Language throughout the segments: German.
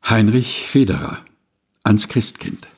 Heinrich Federer ans Christkind.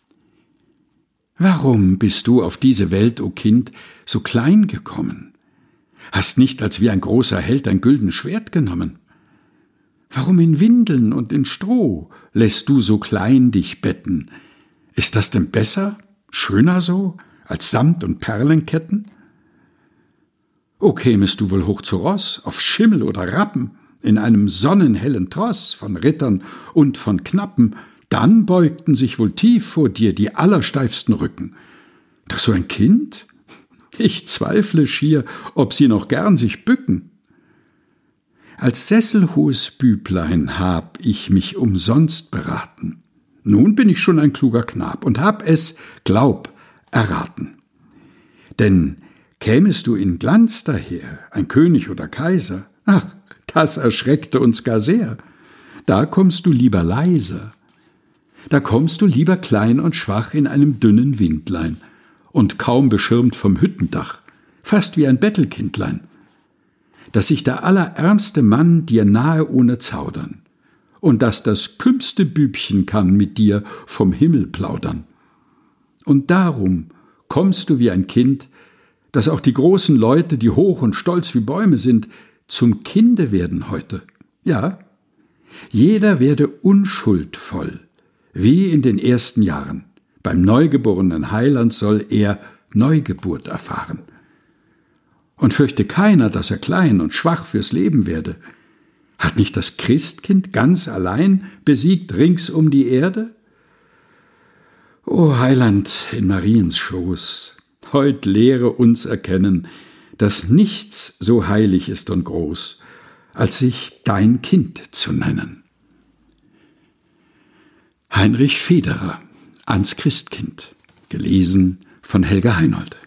Warum bist du auf diese Welt, o Kind, so klein gekommen? Hast nicht als wie ein großer Held ein gülden Schwert genommen? Warum in Windeln und in Stroh lässt du so klein dich betten? Ist das denn besser, schöner so, als Samt und Perlenketten? O kämest du wohl hoch zu Ross, auf Schimmel oder Rappen, in einem sonnenhellen Tross von Rittern und von Knappen, dann beugten sich wohl tief vor dir die allersteifsten Rücken. Doch so ein Kind? Ich zweifle schier, ob sie noch gern sich bücken. Als sesselhohes Büblein hab ich mich umsonst beraten. Nun bin ich schon ein kluger Knab und hab es, glaub, erraten. Denn kämest du in Glanz daher, ein König oder Kaiser, ach, das erschreckte uns gar sehr. Da kommst du lieber leiser. Da kommst du lieber klein und schwach in einem dünnen Windlein und kaum beschirmt vom Hüttendach, fast wie ein Bettelkindlein, dass sich der allerärmste Mann dir nahe ohne zaudern und dass das kümmste Bübchen kann mit dir vom Himmel plaudern. Und darum kommst du wie ein Kind, dass auch die großen Leute, die hoch und stolz wie Bäume sind, zum Kinde werden heute. Ja, jeder werde unschuldvoll, wie in den ersten Jahren. Beim neugeborenen Heiland soll er Neugeburt erfahren. Und fürchte keiner, dass er klein und schwach fürs Leben werde. Hat nicht das Christkind ganz allein besiegt rings um die Erde? O Heiland in Mariens Schoß, heut lehre uns erkennen, dass nichts so heilig ist und groß, als sich dein Kind zu nennen. Heinrich Federer ans Christkind, gelesen von Helga Heinold.